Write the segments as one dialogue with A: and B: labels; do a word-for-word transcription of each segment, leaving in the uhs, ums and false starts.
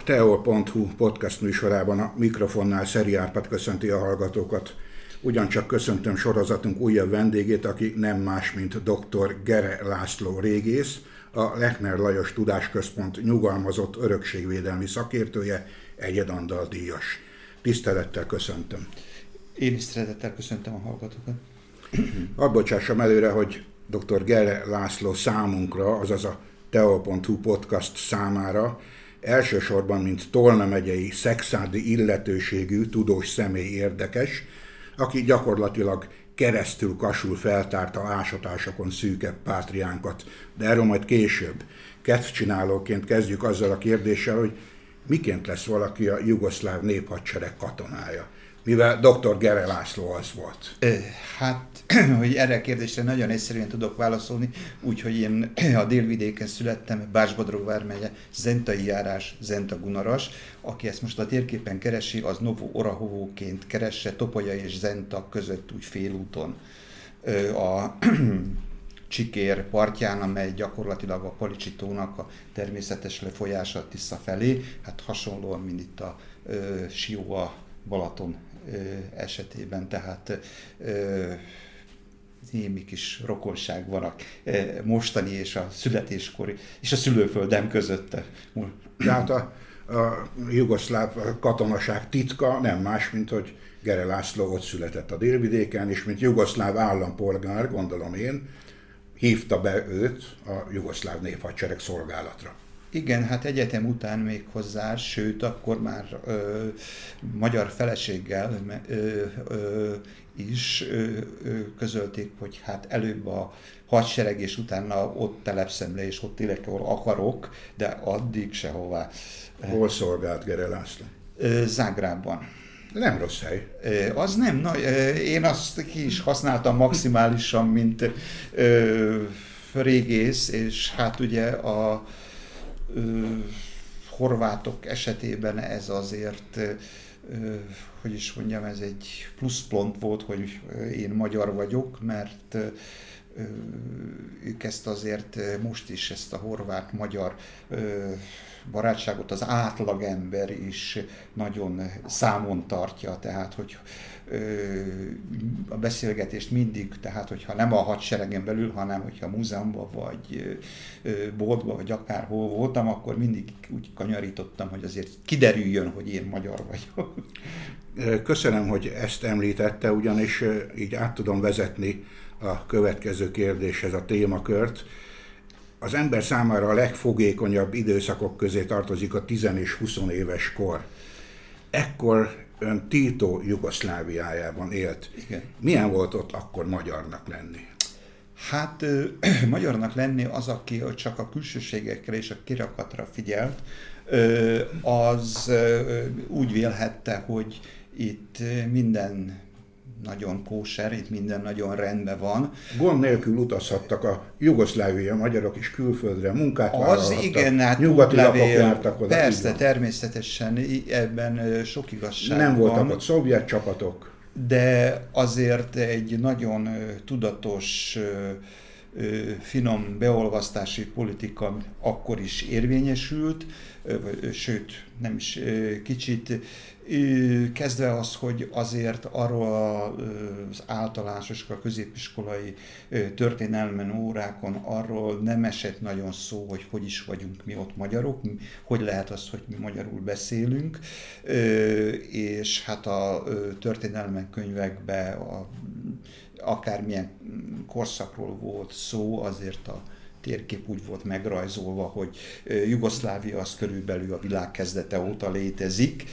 A: teol pont hu podcast műsorában a mikrofonnál Szeri Árpád köszönti a hallgatókat. Ugyancsak köszöntöm sorozatunk újabb vendégét, aki nem más, mint dr. Gere László régész, a Lechner Lajos Tudásközpont nyugalmazott örökségvédelmi szakértője, Egyed Andal díjas. Tisztelettel köszöntöm.
B: Én is szeretettel köszöntöm a hallgatókat.
A: Hadd bocsássam előre, hogy dr. Gere László számunkra, azaz a teol pont hu podcast számára elsősorban, mint Tolna megyei szekszárdi illetőségű tudós személy érdekes, aki gyakorlatilag keresztül kasul feltárta ásatásokon szűkebb pátriánkat, de erről majd később. Kedvcsinálóként kezdjük azzal a kérdéssel, hogy miként lesz valaki a jugoszláv néphadsereg katonája, mivel dr. Gere László az volt.
B: Hát, hogy erre a kérdésre nagyon egyszerűen tudok válaszolni, úgyhogy én a délvidéken születtem, Bács-Bodrog vármegye, Zentai járás, Zenta Gunaras. Aki ezt most a térképen keresi, az Novo Orahovóként keresse Topolya és Zenta között úgy félúton. A Csikér partján, amely gyakorlatilag a Palicsi tónak a természetes lefolyása Tisza felé, hát hasonlóan, mint itt a Sió a Balaton esetében, tehát némi kis rokonság van a mostani és a születéskori és a szülőföldem között.
A: Tehát a, a jugoszláv katonaság titka nem más, mint hogy Gere László ott született a délvidéken, és mint jugoszláv állampolgár, gondolom én, hívta be őt a jugoszláv néphadsereg szolgálatra.
B: Igen, hát egyetem után még hozzá, sőt, akkor már ö, magyar feleséggel ö, ö, is ö, ö, közölték, hogy hát előbb a hadsereg, és utána ott telepszem le, és ott élek, ahol akarok, de addig sehová.
A: Hol szolgált Gere László?
B: Zágrábban.
A: Nem rossz hely.
B: Az nem, na, én azt ki is használtam maximálisan, mint ö, régész, és hát ugye a ö, horvátok esetében ez azért, ö, hogy is mondjam, ez egy pluszpont volt, hogy én magyar vagyok, mert ö, ők ezt azért most is, ezt a horvát-magyar ö, barátságot az átlagember is nagyon számon tartja, tehát hogy ö, a beszélgetést mindig, tehát hogyha nem a hadseregen belül, hanem hogyha múzeumban vagy ö, boltban, vagy akárhol voltam, akkor mindig úgy kanyarítottam, hogy azért kiderüljön, hogy én magyar vagyok.
A: Köszönöm, hogy ezt említette, ugyanis így át tudom vezetni a következő kérdéshez a témakört. Az ember számára a legfogékonyabb időszakok közé tartozik a tíz és húsz éves kor. Ekkor ön Tito Jugoszláviájában élt.
B: Igen.
A: Milyen volt ott akkor magyarnak lenni?
B: Hát ö, magyarnak lenni az, aki csak a külsőségekre és a kirakatra figyelt, ö, az ö, úgy vélhette, hogy itt minden nagyon kóser, itt minden nagyon rendben van.
A: Gond nélkül utazhattak a jugoszláviai magyarok is külföldre, munkát vállalhattak,
B: az igen, hát
A: nyugati lapok jártak oda.
B: Persze, természetesen ebben sok igazság
A: Nem
B: van.
A: voltak ott szovjet csapatok.
B: De azért egy nagyon tudatos, finom beolvasztási politika akkor is érvényesült, sőt, nem is kicsit, kezdve az, hogy azért arról az általános, a középiskolai történelmen órákon arról nem esett nagyon szó, hogy hogy is vagyunk mi ott magyarok, hogy lehet az, hogy mi magyarul beszélünk, és hát a történelmen könyvekben a, akármilyen korszakról volt szó, azért a térkép úgy volt megrajzolva, hogy Jugoszlávia az körülbelül a világ kezdete óta létezik.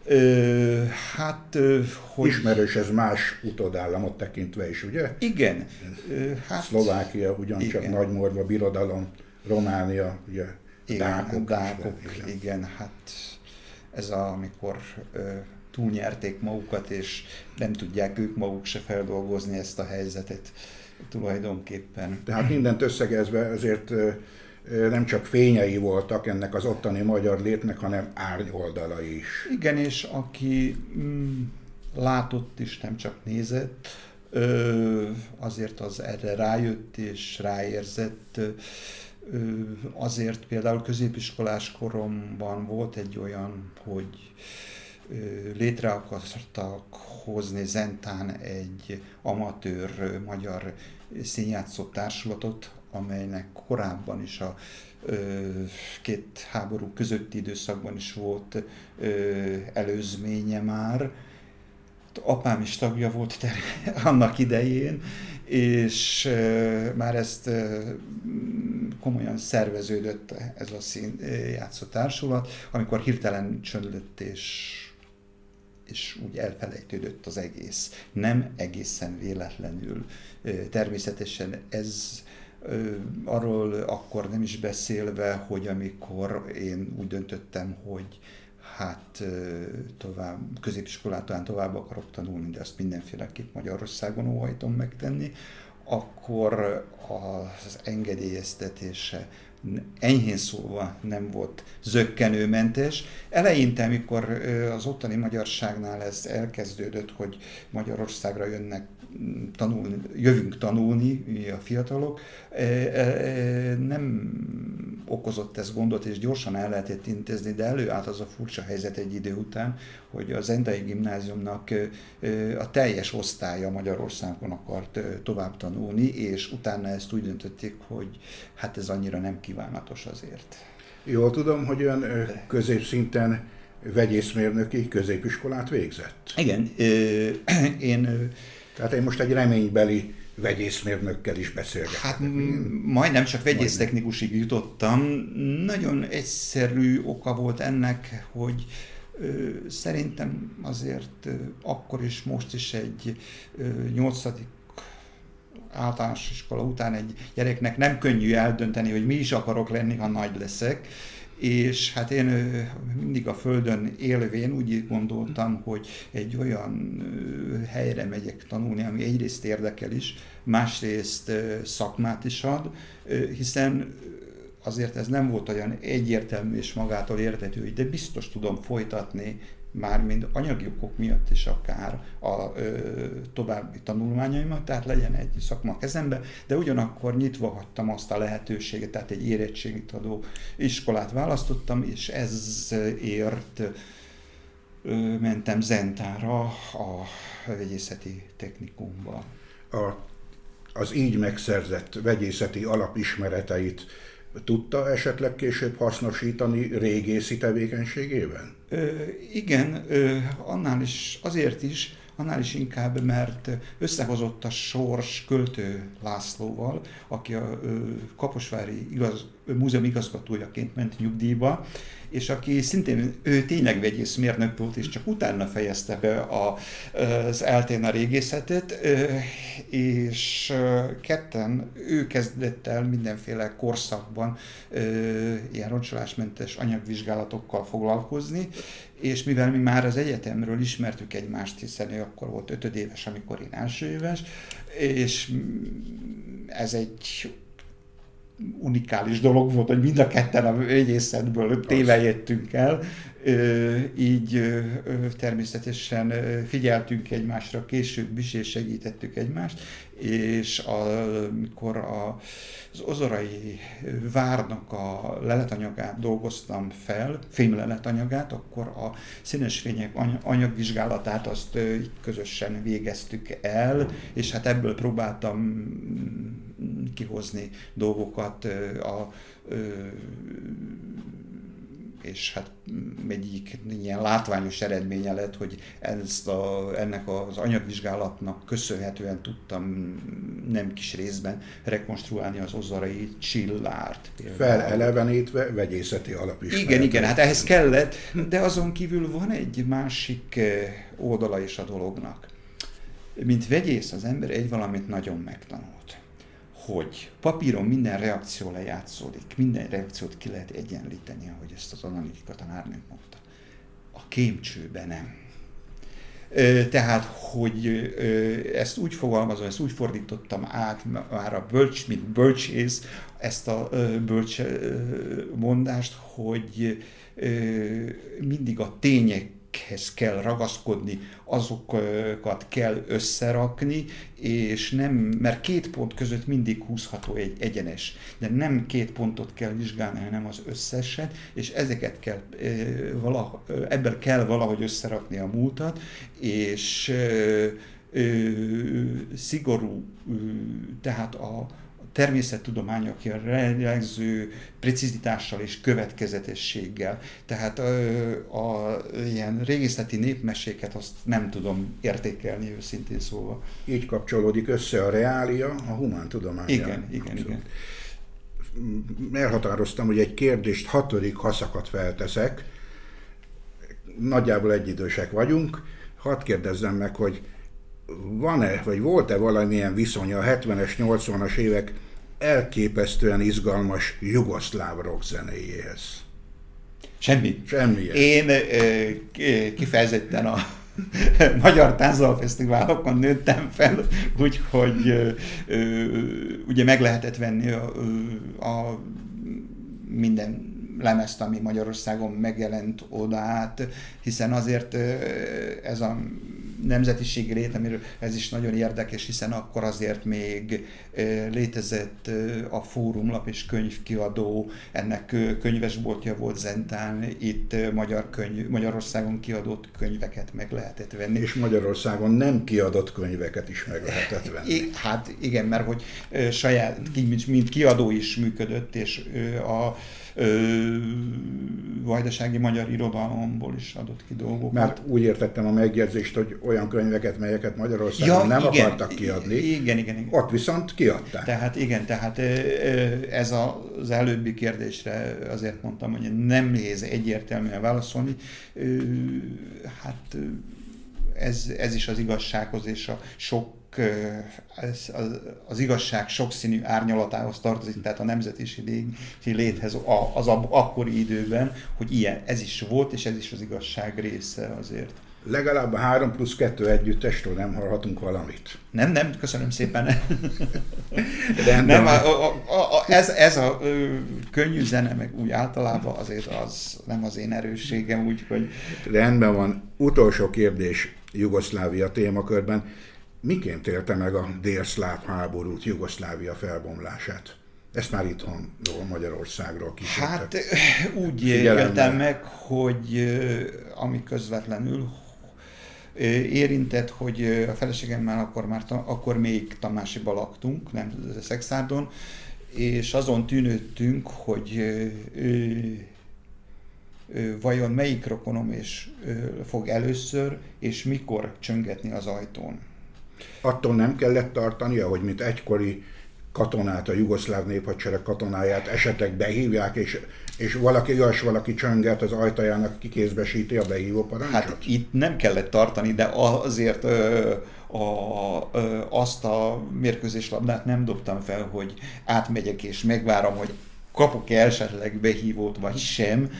B: Hát, hogy...
A: Ismerős ez más utódállamot tekintve is, ugye?
B: Igen.
A: Hát, Szlovákia, ugyancsak igen. Nagymorva birodalom, Románia, ugye,
B: igen,
A: dákok.
B: dákok igen. igen, hát ez a, amikor túlnyerték magukat, és nem tudják ők maguk se feldolgozni ezt a helyzetet tulajdonképpen.
A: Tehát mindent összegezve azért nem csak fényei voltak ennek az ottani magyar létnek, hanem árnyoldalai is.
B: Igen, és aki mm, látott is, nem csak nézett, azért az erre rájött és ráérzett, azért például középiskolás koromban volt egy olyan, hogy létre akartak hozni Zentán egy amatőr magyar színjátszó társulatot, amelynek korábban is a két háború közötti időszakban is volt előzménye már. Apám is tagja volt annak idején, és már ezt komolyan szerveződött ez a színjátszó társulat, amikor hirtelen csönd lett, és, és úgy elfelejtődött az egész. Nem egészen véletlenül. Természetesen ez arról akkor nem is beszélve, hogy amikor én úgy döntöttem, hogy hát tovább, középiskolát talán tovább akarok tanulni, de azt mindenféleképp Magyarországon óhajtom megtenni, akkor az engedélyeztetése enyhén szólva nem volt zökkenőmentes. Eleinte, amikor az ottani magyarságnál ez elkezdődött, hogy Magyarországra jönnek tanulni, jövünk tanulni, mi a fiatalok, nem okozott ez gondot, és gyorsan el lehetett intézni, de előállt az a furcsa helyzet egy idő után, hogy a Zentai Gimnáziumnak a teljes osztálya Magyarországon akart tovább tanulni, és utána ezt úgy döntötték, hogy hát ez annyira nem kívánatos azért.
A: Jól tudom, hogy ön középszinten vegyészmérnöki középiskolát végzett?
B: Igen, én...
A: Tehát én most egy reménybeli vegyészmérnökkel is beszélgetek.
B: Hát majdnem csak vegyésztechnikusig jutottam. Nagyon egyszerű oka volt ennek, hogy ö, szerintem azért ö, akkor is, most is egy ö, nyolcadik általános iskola után egy gyereknek nem könnyű eldönteni, hogy mi is akarok lenni, ha nagy leszek. És hát én mindig a Földön élvén úgy gondoltam, hogy egy olyan helyre megyek tanulni, ami egyrészt érdekel is, másrészt szakmát is ad, hiszen azért ez nem volt olyan egyértelmű és magától értető, de biztos tudom folytatni, mármint anyagi okok miatt is akár a ö, további tanulmányaimat, tehát legyen egy szakma a kezembe, de ugyanakkor nyitva hagytam azt a lehetőséget, tehát egy érettségit adó iskolát választottam, és ezért ö, mentem Zentára, a vegyészeti technikumba.
A: A, az így megszerzett vegyészeti alapismereteit tudta esetleg később hasznosítani régészi tevékenységében?
B: Ö, igen, ö, annál is, azért is, annál is inkább, mert összehozott a sors Költő Lászlóval, aki a ö, Kaposvári igaz, múzeum igazgatójaként ment nyugdíjba, és aki szintén, ő tényleg vegyészmérnök volt, és csak utána fejezte be a, az eltén a régészetet, és ketten, ő kezdett el mindenféle korszakban ilyen roncsolásmentes anyagvizsgálatokkal foglalkozni, és mivel mi már az egyetemről ismertük egymást, hiszen ő akkor volt ötödéves, amikor én első éves, és ez egy unikális dolog volt, hogy mind a ketten a vegyészetből tévejettünk el, így természetesen figyeltünk egymásra később is, és segítettük egymást, és amikor az Ozorai várnak a leletanyagát dolgoztam fel, fémleletanyagát, akkor a színes fények anyagvizsgálatát azt közösen végeztük el, és hát ebből próbáltam kihozni dolgokat, a, és hát egyik ilyen látványos eredménye lett, hogy ezt a, ennek az anyagvizsgálatnak köszönhetően tudtam nem kis részben rekonstruálni az ozorai csillárt.
A: Felelevenítve vegyészeti alapismeretet.
B: Igen, igen, hát ehhez kellett, de azon kívül van egy másik oldala is a dolognak. Mint vegyész az ember egy valamit nagyon megtanult, hogy papíron minden reakció lejátszódik, minden reakciót ki lehet egyenlíteni, ahogy ezt az analitika tanárnőnk mondta. A kémcsőben nem. Tehát, hogy ezt úgy fogalmazom, ezt úgy fordítottam át már a bölcs, mint bölcsész, ezt a bölcs mondást, hogy mindig a tények ezekhez kell ragaszkodni, azokat kell összerakni, és nem, mert két pont között mindig húzható egy egyenes, de nem két pontot kell vizsgálni, hanem az összeset, és ezeket kell, valahogy, ebből kell valahogy összerakni a múltat, és szigorú, tehát a természettudományok jellegző precizitással és következetességgel. Tehát a, a ilyen régészeti népmeséket azt nem tudom értékelni őszintén szóval.
A: Így kapcsolódik össze a reália a humántudománnyal.
B: Igen, igen, igen.
A: Elhatároztam, hogy egy kérdést hatodik haszakat felteszek. Nagyjából egyidősek vagyunk. Hadd kérdezzem meg, hogy van-e, vagy volt-e valamilyen viszony a hetvenes, nyolcvanas évek elképesztően izgalmas jugoszláv rock zenéjéhez?
B: Semmi.
A: Semmilyen.
B: Én kifejezetten a Magyar Táncdalfesztiválokon nőttem fel, úgyhogy ugye meg lehetett venni a, a minden lemezt, ami Magyarországon megjelent oda át, hiszen azért ez a nemzetiségi lét, amiről ez is nagyon érdekes, hiszen akkor azért még létezett a fórumlap és könyvkiadó, ennek könyvesboltja volt Zentán, itt magyar könyv, Magyarországon kiadott könyveket meg lehetett venni.
A: És Magyarországon nem kiadott könyveket is meg lehetett venni.
B: I, hát igen, mert hogy saját, mint kiadó is működött, és a vajdasági magyar irodalomból is adott ki dolgokat.
A: Mert úgy értettem a megjegyzést, hogy olyan könyveket, melyeket Magyarországon ja, nem igen, akartak kiadni,
B: igen, igen, igen.
A: ott viszont kiadták.
B: Tehát igen, tehát ez az előbbi kérdésre azért mondtam, hogy nem nehéz egyértelműen válaszolni. Hát ez, ez is az igazsághoz és a sok Ez az, az igazság sokszínű árnyalatához tartozik, tehát a nemzetiségi léthez az akkori időben, hogy ilyen, ez is volt, és ez is az igazság része azért.
A: Legalább a három plusz kettő együttestől nem hallhatunk valamit.
B: Nem, nem, köszönöm szépen. nem, a, a, a, ez, ez a ö, könnyű zene, meg úgy általában azért az nem az én erősségem, úgyhogy...
A: Rendben van. Utolsó kérdés Jugoszlávia témakörben. Miként élte meg a délszláv háborút, Jugoszlávia felbomlását? Ezt már itthon Magyarországról kísértek.
B: Hát úgy éltem meg, hogy ami közvetlenül érintett, hogy a feleségemmel akkor, már, akkor még Tamásiba laktunk, nem Szexárdon, és azon tűnődtünk, hogy vajon melyik rokonom és fog először, és mikor csöngetni az ajtón.
A: Attól nem kellett tartania, hogy mint egykori katonát, a jugoszláv néphadsereg katonáját esetleg behívják, és, és valaki, olyas valaki csönget az ajtajának, kikézbesíti a behívó parancsot?
B: Hát itt nem kellett tartani, de azért ö, a, ö, azt a mérkőzéslabdát nem dobtam fel, hogy átmegyek és megvárom, hogy kapok-e esetleg behívót, vagy sem.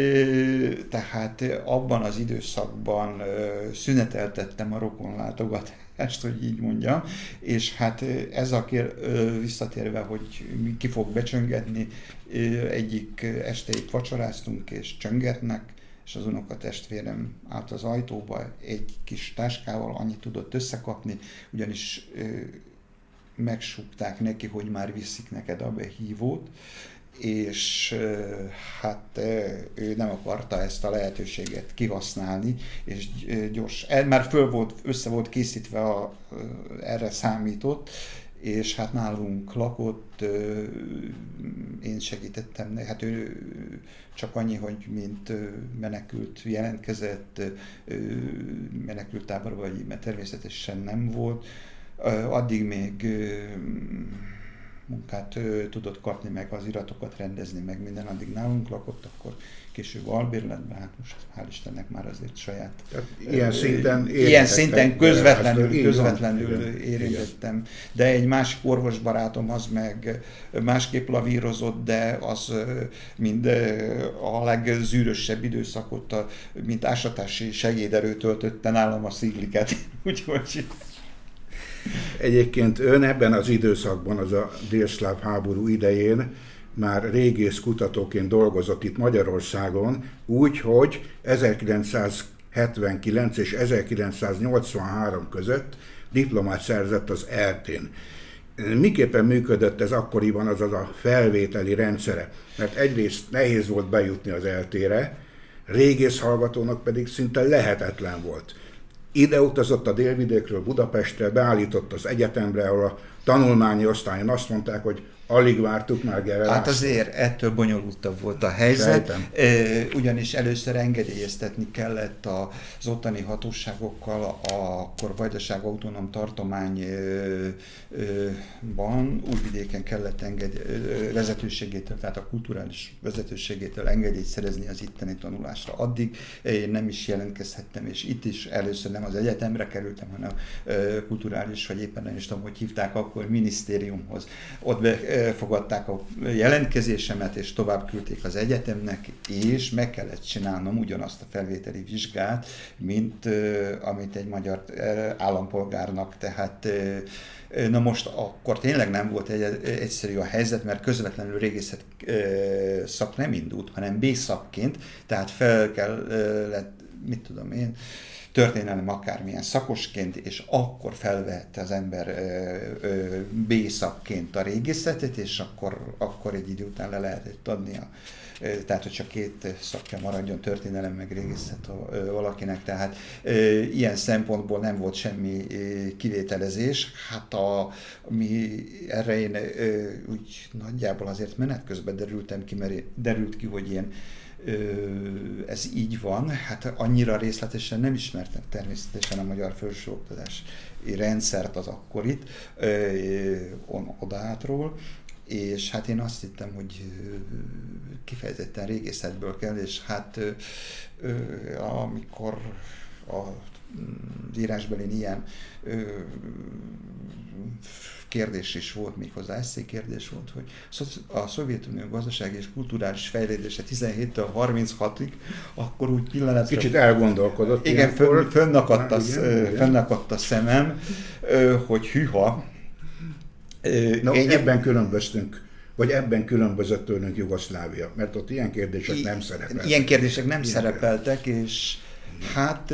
B: Tehát abban az időszakban szüneteltettem a rokonlátogatást, hogy így mondjam, és hát ez a kér, visszatérve, hogy ki fog becsöngetni, egyik este itt vacsoráztunk, és csöngetnek, és az unokatestvérem állt az ajtóba egy kis táskával, annyit tudott összekapni, ugyanis megsúgták neki, hogy már viszik neked a behívót, és hát ő nem akarta ezt a lehetőséget kihasználni, és gyors, már föl volt, össze volt készítve, a, erre számított, és hát nálunk lakott, én segítettem, hát ő csak annyi, hogy mint menekült jelentkezett, menekült táborban, vagy mert természetesen nem volt, addig még munkát ő, tudott kapni, meg az iratokat rendezni, meg minden, addig nálunk lakott, akkor később albérletben, hát most hál' Istennek már azért saját. Tehát
A: ilyen szinten,
B: ilyen szinten közvetlenül, közvetlenül érintettem. De egy másik orvosbarátom az meg másképp lavírozott, de az mind a legzűrösebb időszakot, mint ásatási segéderő töltötte nálam a szigliket. Úgyhogy...
A: Egyébként ön ebben az időszakban, az a délszláv háború idején már régész kutatóként dolgozott itt Magyarországon, úgy, hogy ezerkilencszázhetvenkilencben ezerkilencszázhetvenkilenc és ezerkilencszáznyolcvanhárom között diplomát szerzett az é el té-n. Miképpen működött ez akkoriban, azaz a felvételi rendszere? Mert egyrészt nehéz volt bejutni az é el té-re, régész hallgatónak pedig szinte lehetetlen volt. Ide utazott a délvidékről Budapestre, beállított az egyetemre, ahol a tanulmányi osztályon azt mondták, hogy alig vártuk már Gere.
B: Hát azért ettől bonyolultabb volt a helyzet, Sejtem. ugyanis először engedélyeztetni kellett az ottani hatóságokkal, akkor Vajdaság autonóm tartományban, Újvidéken kellett engedély, vezetőségétől, tehát a kulturális vezetőségétől engedélyt szerezni az itteni tanulásra. Addig én nem is jelentkezhettem, és itt is először nem az egyetemre kerültem, hanem kulturális, vagy éppen nem is tudom, hogy hívták akkor, minisztériumhoz. Ott be, fogadták a jelentkezésemet, és tovább küldték az egyetemnek, és meg kellett csinálnom ugyanazt a felvételi vizsgát, mint uh, amit egy magyar uh, állampolgárnak, tehát uh, na most akkor tényleg nem volt egy, egyszerű a helyzet, mert közvetlenül régészet uh, szak nem indult, hanem B-szakként, tehát fel kellett, uh, mit tudom én, történelem akármilyen szakosként, és akkor felvette az ember ö, ö, B-szakként a régészetet, és akkor, akkor egy idő után le lehetett adni a, ö, tehát hogy csak két szakja maradjon, történelem meg régészet a, ö, valakinek, tehát ö, ilyen szempontból nem volt semmi ö, kivételezés. Hát a, mi erre én ö, úgy nagyjából azért menet közben derültem ki, mert derült ki, hogy ilyen ez így van, hát annyira részletesen nem ismertem természetesen a magyar felsőoktatási rendszert az akkorit, odátról, és hát én azt hittem, hogy kifejezetten régészetből kell, és hát amikor a írásbelin ilyen kérdés is volt, méghozzá eszé kérdés volt, hogy a Szovjetunió gazdasági és kulturális fejlődése tizenhéttől harminchatig, akkor úgy pillanatra...
A: Kicsit elgondolkodott.
B: Igen, fönn, fönnakadt, a, fönnakadt a szemem, hogy hűha.
A: No, én ebben különböztünk, vagy ebben különbözött tőlünk Jugoszlávia, mert ott ilyen kérdések nem szerepeltek.
B: Ilyen kérdések nem ilyen szerepeltek, és hát...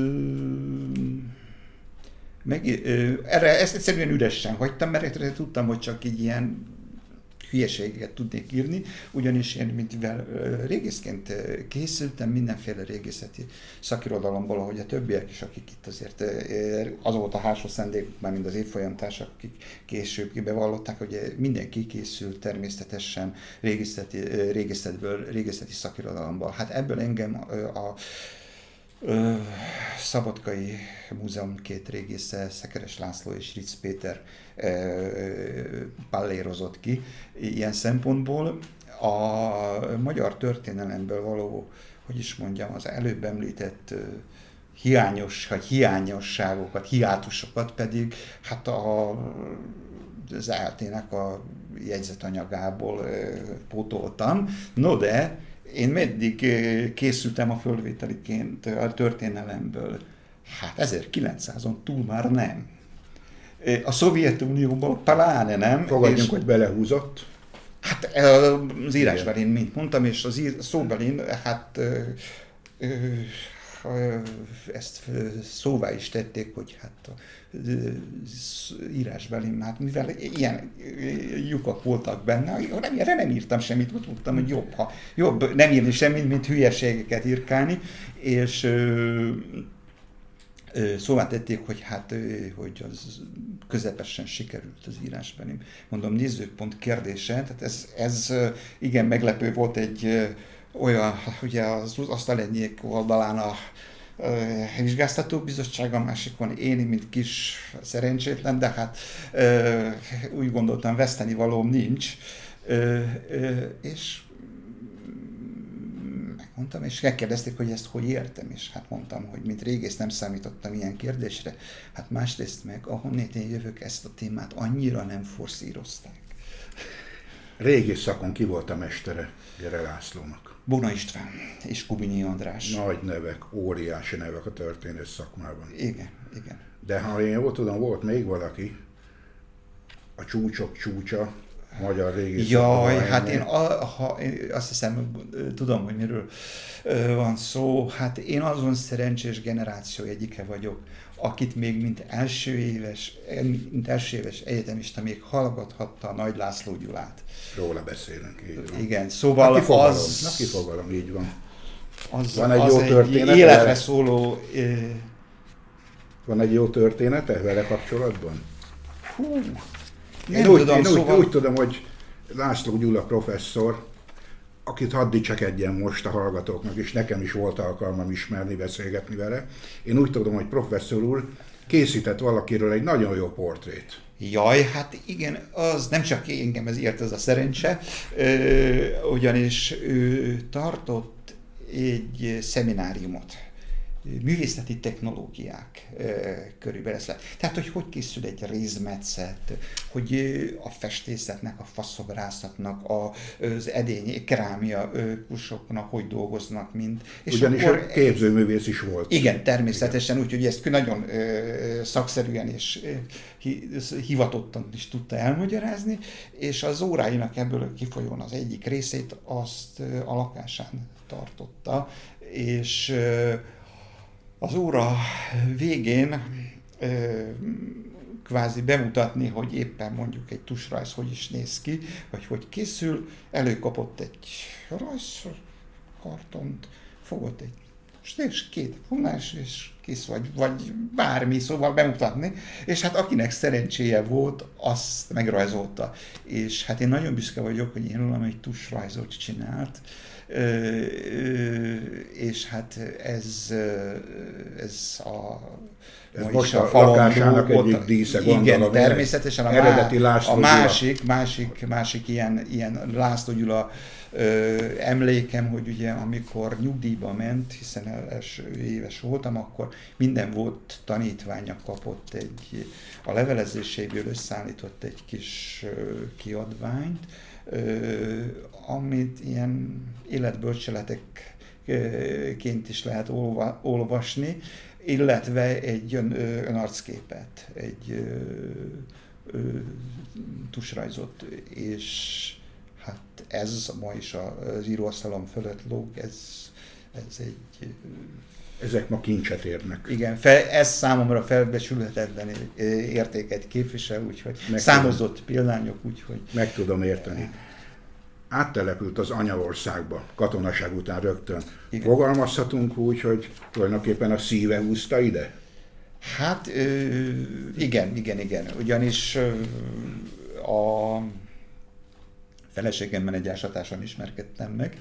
B: Meg, ö, erre ezt egyszerűen üresen hagytam, mert tudtam, hogy csak így ilyen hülyeségeket tudnék írni, ugyanis én, mivel régészként készültem mindenféle régészeti szakirodalomból, ahogy a többiek is, akik itt azért az volt a hátsó szándékuk, már mind az évfolyamtársak, akik később kibevallották, hogy mindenki készült természetesen régészeti, régészetből, régészeti szakirodalomból. Hát ebből engem a, a Ö, Szabadkai Múzeum két régésze, Szekeres László és Ritz Péter ö, pallérozott ki ilyen szempontból. A magyar történelemből való, hogy is mondjam, az előbb említett ö, hiányos, vagy hiányosságokat, hiátusokat pedig hát a, az é el té-nek a jegyzetanyagából ö, pótoltam. No de én meddig készültem a fölvételiként a történelemből? Hát ezerkilencszázon túl már nem. A Szovjetunióból pláne nem.
A: Fogadjunk, és, hogy belehúzott.
B: Hát az írásbelin, mint mondtam, és az ír, szóbelin, hát ezt szóvá is tették, hogy hát írásbelin, hát mivel ilyen lyukak voltak benne, nem, erre nem írtam semmit, úgy tudtam, hogy jobb, ha, jobb nem írni semmit, mint hülyeségeket írkálni, és ö, ö, szóvá tették, hogy hát ö, hogy az közepesen sikerült az írásbelim. Mondom, nézőpont kérdése, tehát ez, ez igen meglepő volt egy olyan, ugye az asztalenyék oldalán a vizsgáztató bizottság, a másikon én, mint kis szerencsétlen, de hát ö, úgy gondoltam, veszteni valóm nincs, ö, ö, és megmondtam, és megkérdezték, hogy ezt hogy értem, és hát mondtam, hogy mint régész nem számítottam ilyen kérdésre, hát másrészt meg, ahonnét én jövök, ezt a témát annyira nem forszírozták.
A: Régész szakon ki volt a mestere Gere Lászlónak?
B: Bona István és Kubinyi András.
A: Nagy nevek, óriási nevek a történész szakmában.
B: Igen, igen.
A: De ha én jól tudom, volt még valaki, a csúcsok csúcsa, magyar régészet.
B: Jaj, hát én, a, ha, én azt hiszem, tudom, hogy miről van szó. Hát én azon szerencsés generáció egyike vagyok, akit még mint első éves, mint első éves egyetemista még hallgathatta a Nagy László Gyulát.
A: Róla beszélünk, így van.
B: Igen, szóval
A: Neki fogalom,
B: az...
A: Neki fogalom, így van.
B: Az,
A: van egy
B: az
A: jó
B: egy
A: történet?
B: életre szóló...
A: Van egy jó története vele kapcsolatban?
B: Hú,
A: én
B: nem
A: úgy,
B: tudom,
A: én
B: szóval...
A: úgy, úgy tudom, hogy László Gyula professzor, akit hadd dicsekedjen most a hallgatóknak, és nekem is volt alkalmam ismerni, beszélgetni vele. Én úgy tudom, hogy professzor úr készített valakiről egy nagyon jó portrét.
B: Jaj, hát igen, az nem csak engem ez ért ez a szerencse, ugyanis ő tartott egy szemináriumot, művészeti technológiák körülbelül lesz. Tehát, hogy hogy készül egy rézmetszet, hogy a festészetnek, a faszobrászetnek, az edény, kerámia kusoknak hogy dolgoznak mind.
A: És ugyanis akkor, képzőművész is volt.
B: Igen, természetesen, úgyhogy ezt nagyon szakszerűen és hivatottan is tudta elmagyarázni, és az óráinak ebből kifolyóan az egyik részét azt a lakásán tartotta, és az óra végén kvázi bemutatni, hogy éppen mondjuk egy tusrajz hogy is néz ki, vagy hogy készül, előkapott egy rajzkartont, fogott egy és két vonás, és kész vagy, vagy bármi, szóval bemutatni, és hát akinek szerencséje volt, azt megrajzolta. És hát én nagyon büszke vagyok, hogy én rólam egy tusrajzot csinált, és hát ez, ez a
A: Ez most a, a lakásának egyik dísze, gondolom.
B: Igen, természetesen a,
A: eredeti László
B: a másik, másik, másik ilyen, ilyen László Gyula ö, emlékem, hogy ugye amikor nyugdíjba ment, hiszen első éves voltam, akkor minden volt tanítványa kapott egy, a levelezéséből összeállított egy kis ö, kiadványt, ö, amit ilyen életbölcseletekként is lehet olva, olvasni, illetve egy ön, önarcképet, egy ö, ö, tusrajzot, és hát ez ma is az íróasztalom fölött lóg, ez, ez egy...
A: Ezek ma kincset érnek.
B: Igen, fel, ez számomra felbecsülhetetlen értéket képvisel, úgyhogy meg számozott tudom. Példányok, úgyhogy...
A: Meg tudom érteni. Áttelepült az anyaországba, katonaság után rögtön. Igen. Fogalmazhatunk úgy, hogy tulajdonképpen a szíve húzta ide?
B: Hát igen, igen, igen. Ugyanis a feleségemmel egy ásatáson ismerkedtem meg.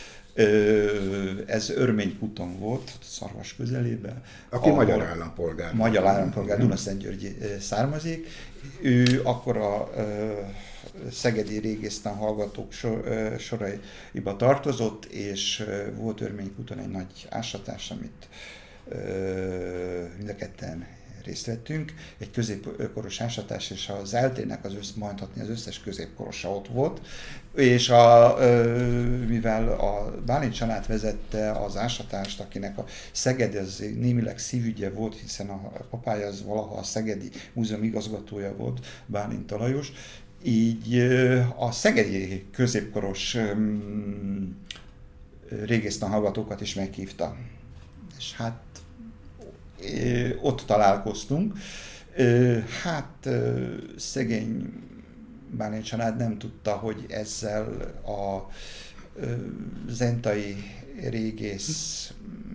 B: Ez Örménykúton volt, Szarvas közelében.
A: Aki magyar állampolgár.
B: Magyar állampolgár, Dunaszentgyörgyi származik. Ő akkor a szegedi régésztán hallgatók sor, soraiba tartozott, és volt Örménykúton egy nagy ásatás, amit mind a ketten részt vettünk. Egy középkoros ásatás, és az eltének az össz, mondhatni az összes középkorosa ott volt, és a, mivel a Bálint család vezette az ásatást, akinek a Szeged ez némileg szívügye volt, hiszen a papája az valaha a Szegedi Múzeum igazgatója volt, Bálint Lajos, így a szegedi középkoros um, régésztán hallgatókat is meghívta. És hát ott találkoztunk. Hát szegény Bálint család nem tudta, hogy ezzel a zentai régész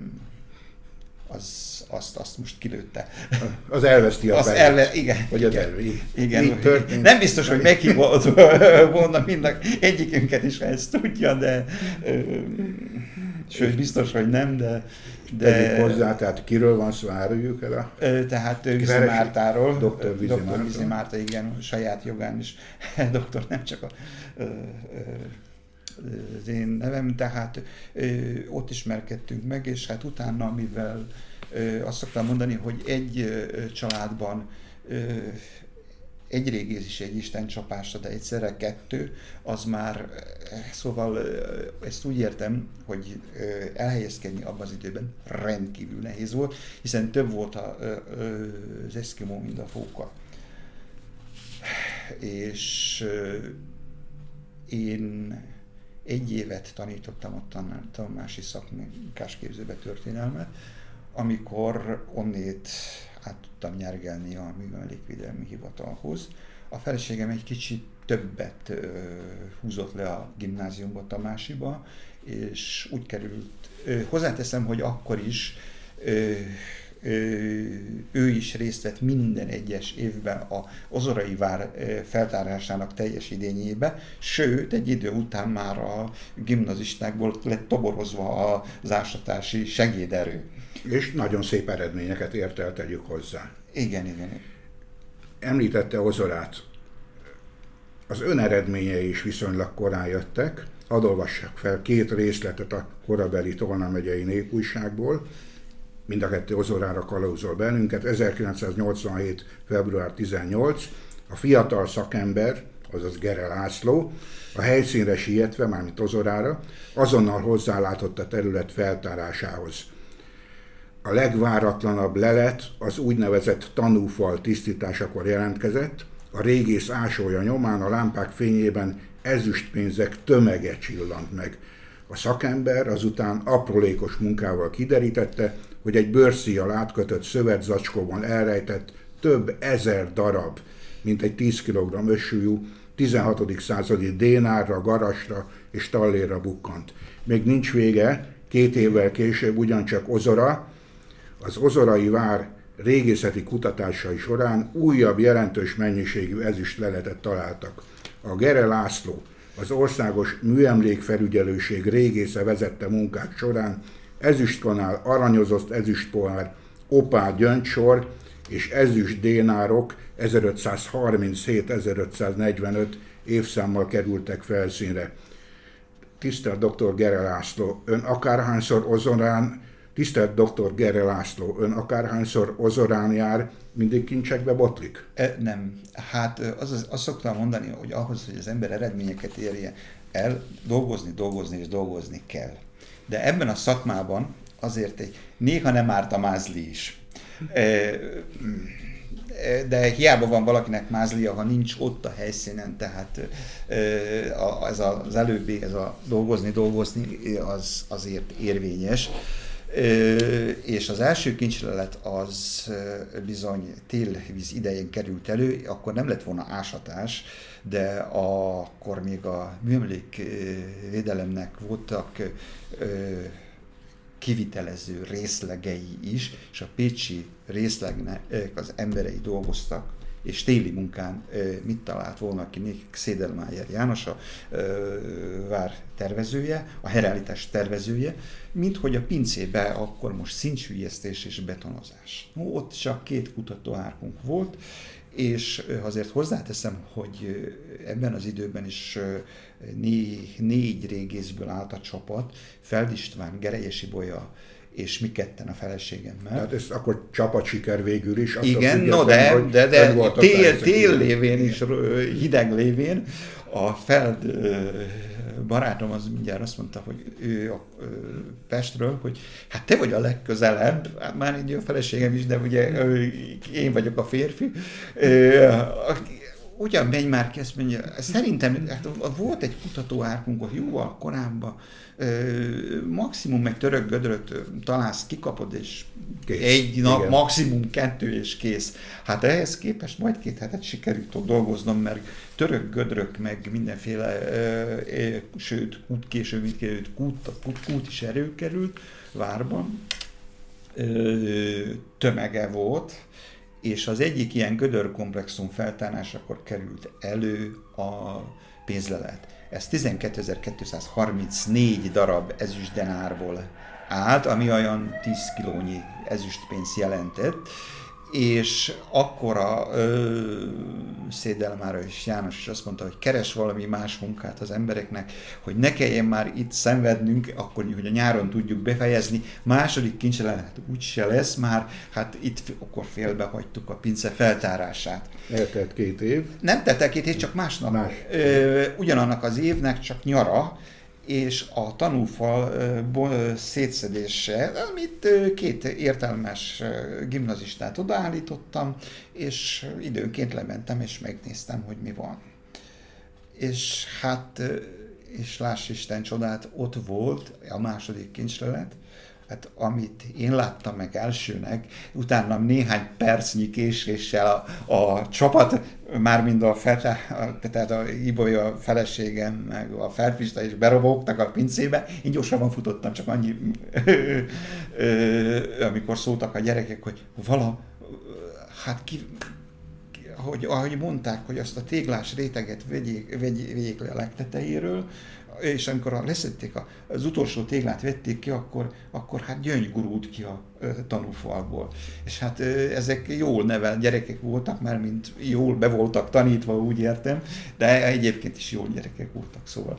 B: az, azt, azt most kilőtte.
A: Az elveszti a
B: fejét. Elve, igen.
A: Vagy
B: igen,
A: elve,
B: igen. Nem biztos, hogy meghívott volna mind egyikünket is, ha ezt tudja, de sőt, biztos, hogy nem, de... de
A: Tegyük hozzá, tehát kiről van szó, áruljuk el a...
B: Tehát Vizi Mártáról.
A: doktor Vizi Márta.
B: doktor Vizi Márta, igen, saját jogán is. Doktor nem csak a... az én nevem, tehát ö, ott ismerkedtünk meg, és hát utána, mivel ö, azt szoktam mondani, hogy egy ö, családban ö, egy régész is egy istencsapásra, de egyszerre kettő, az már, szóval ö, ezt úgy értem, hogy ö, elhelyezkedni abban az időben rendkívül nehéz volt, hiszen több volt a, ö, ö, az eszkimó, mint a fóka. És ö, én egy évet tanítottam a tanulási szakmunkásképzőbe történelmet, amikor onnét át tudtam nyergelni a Műemlékvédelmi Hivatalhoz. A feleségem egy kicsit többet ö, húzott le a gimnáziumba, Tamásiba, és úgy került, ö, hozzáteszem, hogy akkor is ö, ö, ő is részt vett minden egyes évben a Ozorai vár feltárásának teljes idényébe, sőt, egy idő után már a gimnazistákból lett toborozva az ásatási segéderő.
A: És nagyon szép eredményeket ért el, tegyük hozzá.
B: Igen, igen.
A: Említette Ozorát. Az ön eredményei is viszonylag korán jöttek. Hadd olvassak fel két részletet a korabeli Tolna megyei népújságból. Mind a kettő Ozorára kalauzol bennünket. ezerkilencszáznyolcvanhét. február tizennyolc. A fiatal szakember, azaz Gere László, a helyszínre sietve, mármint Ozorára, azonnal hozzálátott a terület feltárásához. A legváratlanabb lelet az úgynevezett tanúfal tisztításakor jelentkezett, a régész ásója nyomán a lámpák fényében ezüstpénzek tömege csillant meg. A szakember azután aprólékos munkával kiderítette, hogy egy bőrszíjjal átkötött szövetzacskóban elrejtett több ezer darab, mint egy tíz kilogramm össúlyú, tizenhatodik századi dénárra, garasra és tallérra bukkant. Még nincs vége, két évvel később ugyancsak Ozora, az ozorai vár régészeti kutatásai során újabb jelentős mennyiségű ezüst leletet találtak. A Gere László, az Országos Műemlékfelügyelőség régésze vezette munkák során ezüstkanál, aranyozott ezüstpohár, opál gyöngysor és ezüst dénárok ezerötszázharminchét ezerötszáznegyvenöt évszámmal kerültek felszínre. Tisztelt dr. Gere László, ön akárhányszor Ozorán Tisztelt dr. Gere László, ön akárhányszor Ozorán jár, mindig kincsekbe botlik?
B: E, nem. Hát az, az, azt szoktam mondani, hogy ahhoz, hogy az ember eredményeket érje el, dolgozni, dolgozni és dolgozni kell. De ebben a szakmában azért egy néha nem árt a mázli is. E, de hiába van valakinek mázlia, ha nincs ott a helyszínen, tehát ez az előbbi, ez a dolgozni, dolgozni, az azért érvényes. És az első kincslelet az bizony télvíz idején került elő, akkor nem lett volna ásatás, de akkor még a műemlékvédelemnek voltak kivitelező részlegei is, és a pécsi részlegnek az emberei dolgoztak, és téli munkán mit talált volna ki még Szédelmájer János, a vár tervezője, a helyreállítás tervezője, mint hogy a pincébe akkor most szintsüllyesztés és betonozás. No, ott csak két kutatóárkunk volt, és azért hozzáteszem, hogy ebben az időben is négy, négy régészből állt a csapat, Feld István, Gerelyesi Bolya, és mi ketten a feleségemmel.
A: Tehát ez akkor csapatsiker végül is.
B: Igen, no de, de, de tél, tél lévén is, hideg lévén, a Feld barátom az mindjárt azt mondta, hogy ő a Pestről, hogy hát te vagy a legközelebb, hát már így a feleségem is, de ugye én vagyok a férfi. Ugyan megy már ki, ezt mondja, szerintem hát volt egy kutatóárkunk, hogy jóval korábban, maximum meg török gödröt találsz, kikapod, és kész. Egy nap, igen. Maximum kettő, és kész. Hát ehhez képest majd két hetet sikerült ott dolgoznom, mert török gödrök, meg mindenféle, sőt, kút, később mit került, kút, kút, kút is előkerült várban, tömege volt, és az egyik ilyen gödörkomplexum feltárásakor került elő a pénzlelet. Ez tizenkétezer-kétszázharmincnégy darab ezüstdenárból állt, ami olyan tíz kilónyi ezüstpénzt jelentett, és akkor a Szédelmára és János is azt mondta, hogy keres valami más munkát az embereknek, hogy ne kelljen már itt szenvednünk, akkor, hogy a nyáron tudjuk befejezni. Második kincselen hát úgyse lesz már, hát itt akkor félbehagytuk a pince feltárását.
A: Eltelt két év?
B: Nem telt el két év, csak másnap. Más. Ö, ugyanannak az évnek csak nyara, és a tanúfal szétszedése, amit két értelmes gimnazistát odaállítottam, és időnként lementem és megnéztem, hogy mi van. és hát, és láss Isten csodát, ott volt a második kincslelet, hát amit én láttam meg elsőnek, utána néhány percnyi késéssel a, a csapat, mármint a, fete, tehát a Ibolya, a feleségem, meg a Felpista is berobogtak a pincébe, én gyorsabban futottam, csak annyi, amikor szóltak a gyerekek, hogy vala, hát ki, hogy, ahogy mondták, hogy azt a téglás réteget vegyék, vegyék le a legtetejéről, és amikor leszették, az utolsó téglát vették ki, akkor, akkor hát gyöngy gurult ki a tanúfalból. És hát ezek jól nevelt gyerekek voltak, mert mint jól be voltak tanítva, úgy értem, de egyébként is jó gyerekek voltak, szóval.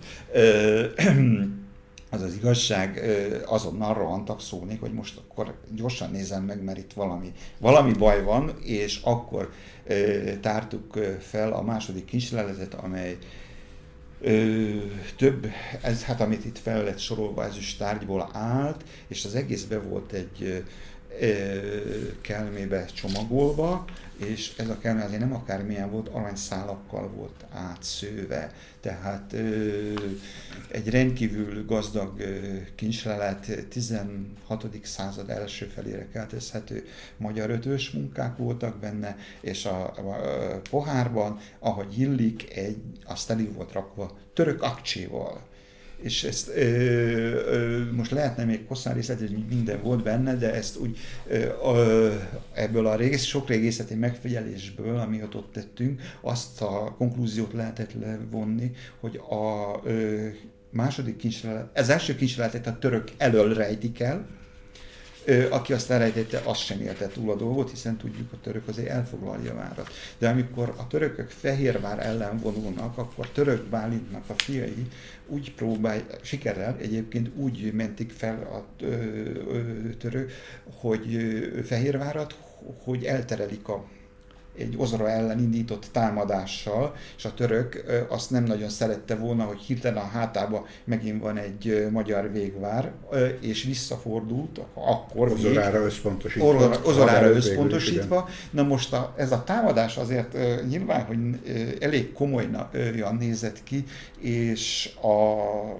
B: Az az igazság, azonnal rohantak szólni, hogy most akkor gyorsan nézem meg, mert itt valami, valami baj van, és akkor tártuk fel a második kincsleletet, amely Ö, több, ez hát amit itt fel lett sorolva, ezüst tárgyból állt, és az egészbe volt egy ö, kelmébe csomagolva, és ez a kelme azért nem akármilyen volt, aranyszálakkal volt átszőve. Tehát ö, egy rendkívül gazdag ö, kincslelet, tizenhatodik század első felére keltezhető magyar ötös munkák voltak benne, és a, a, a pohárban, ahogy illik, egy, azt elő volt rakva török akcséval. És ezt ö, ö, most lehetne még hosszan részletezni, hogy minden volt benne, de ezt úgy ö, ö, ebből a régész, sok régészeti megfigyelésből, ami ott, ott tettünk, azt a konklúziót lehetett levonni, hogy a ö, második kincslelet, az első kincsletet a török elől rejtik el, Ö, aki azt elrejtette, az sem élte túl a dolgot, hiszen tudjuk, a török azért elfoglalja várat. De amikor a törökök Fehérvár ellen vonulnak, akkor Török Bálintnak a fiai úgy próbálják, sikerrel egyébként úgy mentik fel a ö, ö, török, hogy ö, Fehérvárat, hogy elterelik a egy Ozora ellen indított támadással, és a török azt nem nagyon szerette volna, hogy hirtelen a hátába megint van egy magyar végvár, és visszafordult, akkor
A: Ozorára összpontosítva.
B: Ozorára, Ozorára összpontosítva. Na most a, ez a támadás azért nyilván, hogy elég komolyan nézett ki, és a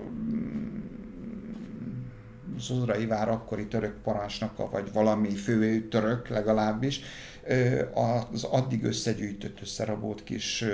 B: az ozorai vár akkori török parancsnoka, vagy valami fő török legalábbis, az addig összegyűjtött, összerabolt kis,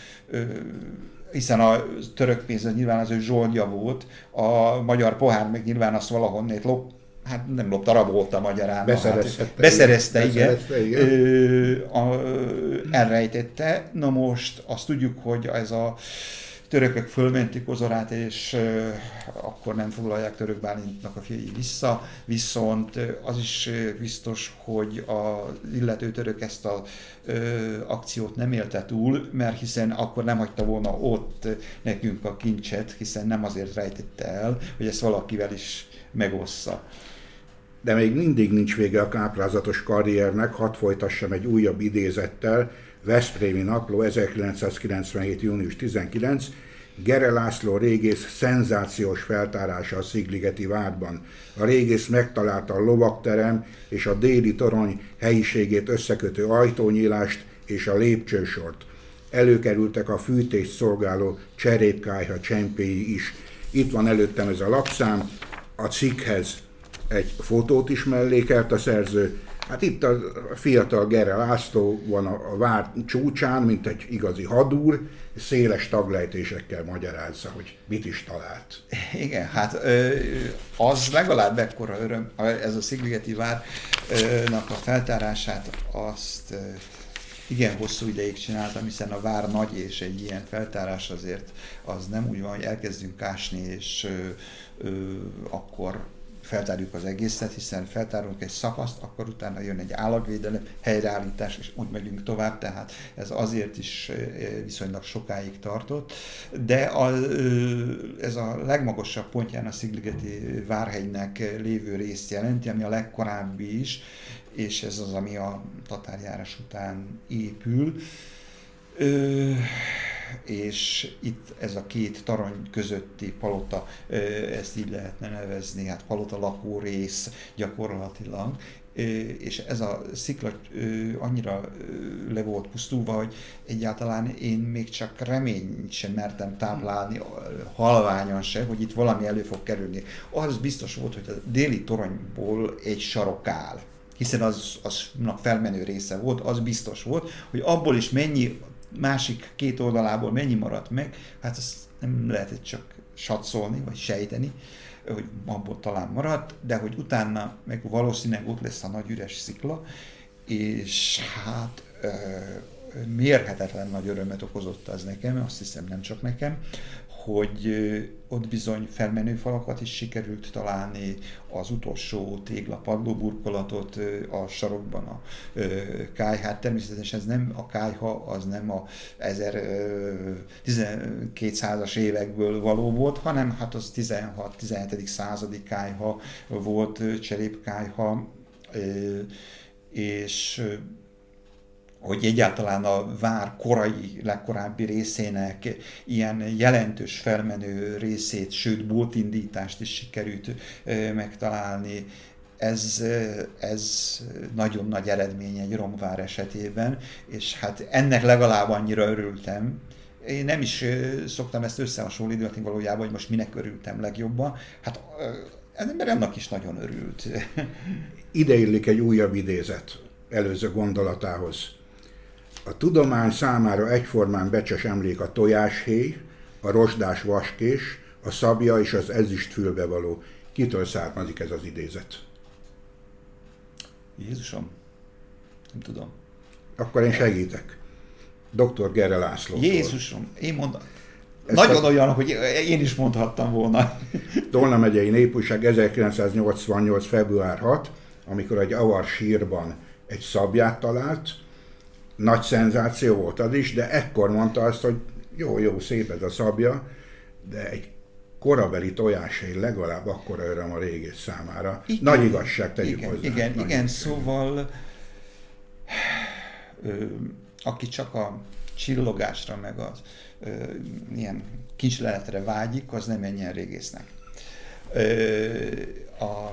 B: hiszen a török pénz nyilván az ő zsoldja volt, a magyar pohár meg nyilván azt valahonnét lop, hát nem lopta, rabolta magyarán.
A: Beszerezte.
B: Hát, beszerezte, igen.
A: Beszerezte, igen. Ö,
B: a, elrejtette. Na most azt tudjuk, hogy ez a törökök fölmentik Ozorát, és uh, akkor nem foglalják Török Bálintnak a fiai vissza, viszont uh, az is uh, biztos, hogy az illető török ezt az uh, akciót nem élte túl, mert hiszen akkor nem hagyta volna ott nekünk a kincset, hiszen nem azért rejtette el, hogy ezt valakivel is megossza.
A: De még mindig nincs vége a káprázatos karriernek, hadd folytassam egy újabb idézettel. Veszprémi Napló, ezerkilencszázkilencvenhét. június tizenkilencedike. Gere László régész szenzációs feltárása a Szigligeti várban. A régész megtalálta a lovagterem és a déli torony helyiségét összekötő ajtónyílást és a lépcsősort. Előkerültek a fűtést szolgáló cserépkályha csempéi is. Itt van előttem ez a lapszám, a cikkhez egy fotót is mellékelt a szerző. Hát itt a fiatal Gere László van a, a vár csúcsán, mint egy igazi hadúr, széles taglejtésekkel magyarázza, hogy mit is talált.
B: Igen, hát az legalább ekkora öröm, ez a Szigligeti várnak a feltárását, azt igen hosszú ideig csináltam, hiszen a vár nagy, és egy ilyen feltárás azért az nem úgy van, hogy elkezdünk ásni, és ö, ö, akkor feltárjuk az egészet, hiszen feltárunk egy szakaszt, akkor utána jön egy állagvédelem, helyreállítás, és úgy megyünk tovább, tehát ez azért is viszonylag sokáig tartott. De a, ez a legmagasabb pontján a Szigligeti várhegynek lévő részt jelenti, ami a legkorábbi is, és ez az, ami a tatárjárás után épül. Ö, és itt ez a két torony közötti palota, ezt így lehetne nevezni, hát palota lakó rész gyakorlatilag, és ez a szikla annyira le volt pusztulva, hogy egyáltalán én még csak reményt sem mertem táplálni, halványan se, hogy itt valami elő fog kerülni. Az biztos volt, hogy a déli toronyból egy sarok áll, hiszen az, aznak felmenő része volt, az biztos volt, hogy abból is mennyi, másik két oldalából mennyi maradt meg, hát ezt nem lehetett csak satszolni, vagy sejteni, hogy abból talán maradt, de hogy utána meg valószínűleg ott lesz a nagy üres szikla, és hát ö, mérhetetlen nagy örömet okozott az nekem, azt hiszem nem csak nekem, hogy ott bizony felmenő falakat is sikerült találni, az utolsó tégla padlóburkolatot a sarokban, a kályhát. Természetesen ez nem a kályha, az nem a ezerkétszázas évekből való volt, hanem hát az tizenhat-tizenhetedik századi kályha volt, cserépkályha, és hogy egyáltalán a vár korai, legkorábbi részének ilyen jelentős felmenő részét, sőt boltindítást is sikerült megtalálni. Ez, ez nagyon nagy eredmény egy romvár esetében, és hát ennek legalább annyira örültem. Én nem is szoktam ezt összehasonlítani valójában, hogy most minek örültem legjobban. Hát az ember annak is nagyon örült.
A: Ide illik egy újabb idézet előző gondolatához. A tudomány számára egyformán becses emlék a tojáshéj, a rozsdás vaskés, a szabja és az ezüstfülbe való. Kitől származik ez az idézet?
B: Jézusom, nem tudom.
A: Akkor én segítek. doktor Gerre Lászlótól.
B: Jézusom, én mondom. Nagyon a... olyan, hogy én is mondhattam volna.
A: Tolna megyei Népújság ezerkilencszáznyolcvannyolc. február hatodika, amikor egy avar sírban egy szabját talált. Nagy szenzáció volt az is, de ekkor mondta azt, hogy jó, jó, szép ez a szabja, de egy korabeli tojáshéj legalább akkora öröm a régész számára. Igen, nagy igazság, tegyük
B: igen,
A: hozzá.
B: Igen,
A: nagy
B: igen, szóval ö, aki csak a csillogásra, meg az ö, ilyen kincsleletre vágyik, az nem menjen régésznek. Ö, a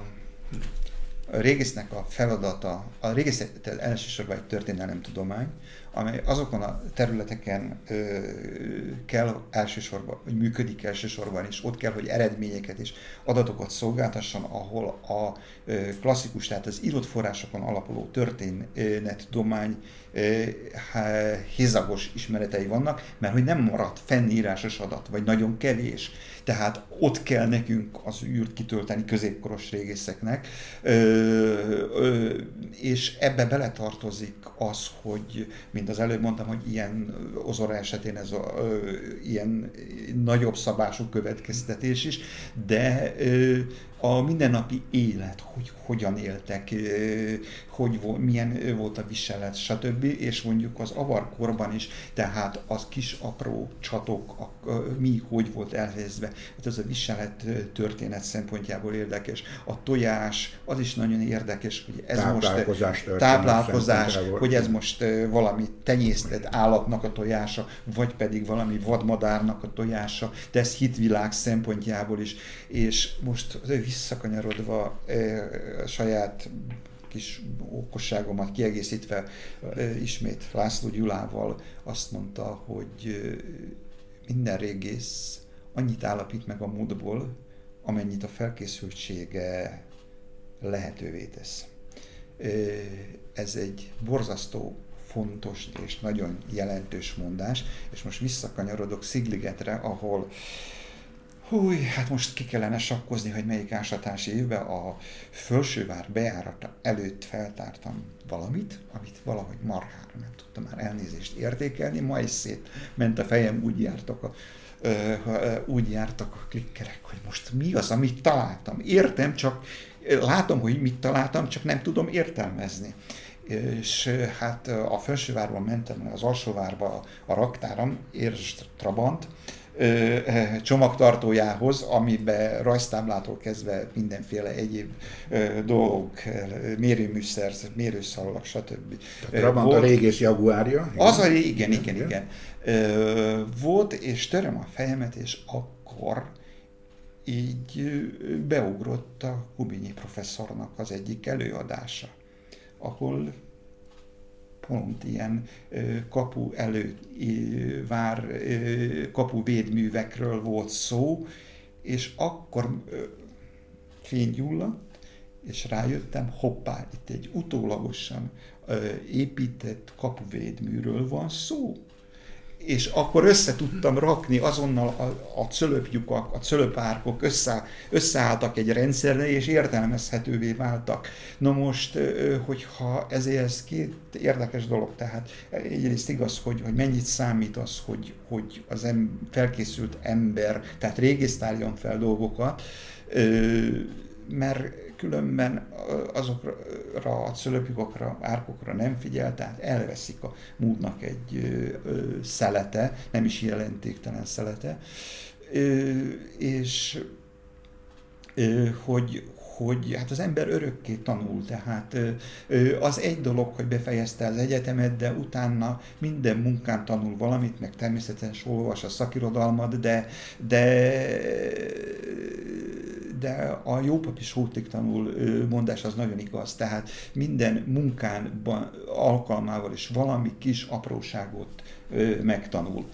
B: A régésznek a feladata, a régészet elsősorban egy történelemtudomány, amely azokon a területeken ö, kell elsősorban, vagy működik elsősorban is, ott kell, hogy eredményeket és adatokat szolgáltasson, ahol a ö, klasszikus, tehát az írott forrásokon alapuló történettudomány ö, hézagos ismeretei vannak, mert hogy nem maradt fennírásos adat, vagy nagyon kevés. Tehát ott kell nekünk az űrt kitölteni középkoros régészeknek, ö, ö, és ebbe beletartozik az, hogy, mint az előbb mondtam, hogy ilyen Ozora esetén ez a, ö, ilyen nagyobb szabású következtetés is, de ö, a mindennapi élet, hogy hogyan éltek, hogy milyen volt a viselet, stb. És mondjuk az avarkorban is, tehát az kis apró csatok, a, a, mi hogy volt elhelyezve. Hát ez a viselet történet szempontjából érdekes. A tojás, az is nagyon érdekes, hogy ez
A: táplálkozás
B: most táplálkozás, hogy ez most valami tenyésztett állatnak a tojása, vagy pedig valami vadmadárnak a tojása, de ez hitvilág szempontjából is. És most visszakanyarodva e, saját kis okosságomat kiegészítve e, ismét László Gyulával azt mondta, hogy minden régész annyit állapít meg a múltból, amennyit a felkészültsége lehetővé tesz. E, ez egy borzasztó fontos és nagyon jelentős mondás, és most visszakanyarodok Szigligetre, ahol húj, hát most ki kellene sakkozni, hogy melyik ásatási évben a Fölsővár bejárata előtt feltártam valamit, amit valahogy marhára nem tudtam már elnézést értékelni, ma is szét ment a fejem, úgy jártak a, ö, úgy jártak a klikkerek, hogy most mi az, amit találtam. Értem, csak látom, hogy mit találtam, csak nem tudom értelmezni. És hát a Fölsővárban mentem, az Alsóvárba a raktáram, Érzs Trabant, csomagtartójához, amiben rajztáblától kezdve mindenféle egyéb dolgok, mérőműszer, mérőszallag, stb.
A: Trabant a régész jaguárja?
B: Az a, igen, igen, igen, igen. Volt, és töröm a fejemet, és akkor így beugrott a Kubinyi professzornak az egyik előadása. ahol pont ilyen kapu elő vár, kapuvédművekről volt szó, és akkor fénygyulladt, és rájöttem, hoppá, itt egy utólagosan épített kapuvédműről van szó. És akkor össze tudtam rakni azonnal a, a cölöplyukak, a cölöpárkok össze, összeálltak egy rendszerre, és értelmezhetővé váltak. Na most, hogyha ezért ez két érdekes dolog, tehát egyrészt igaz, hogy, hogy mennyit számít az, hogy, hogy az em, felkészült ember, tehát régész tárjon fel dolgokat, mert különben azokra a cölöpjukokra, árkokra nem figyel, tehát elveszik a múltnak egy szelete, nem is jelentéktelen szelete, és hogy, hogy hát az ember örökké tanul, tehát az egy dolog, hogy befejezte az egyetemet, de utána minden munkán tanul valamit, meg természetesen olvas a szakirodalmat, de, de de a jó pap is hótig tanul mondás az nagyon igaz, tehát minden munkánban alkalmával is valami kis apróságot megtanul.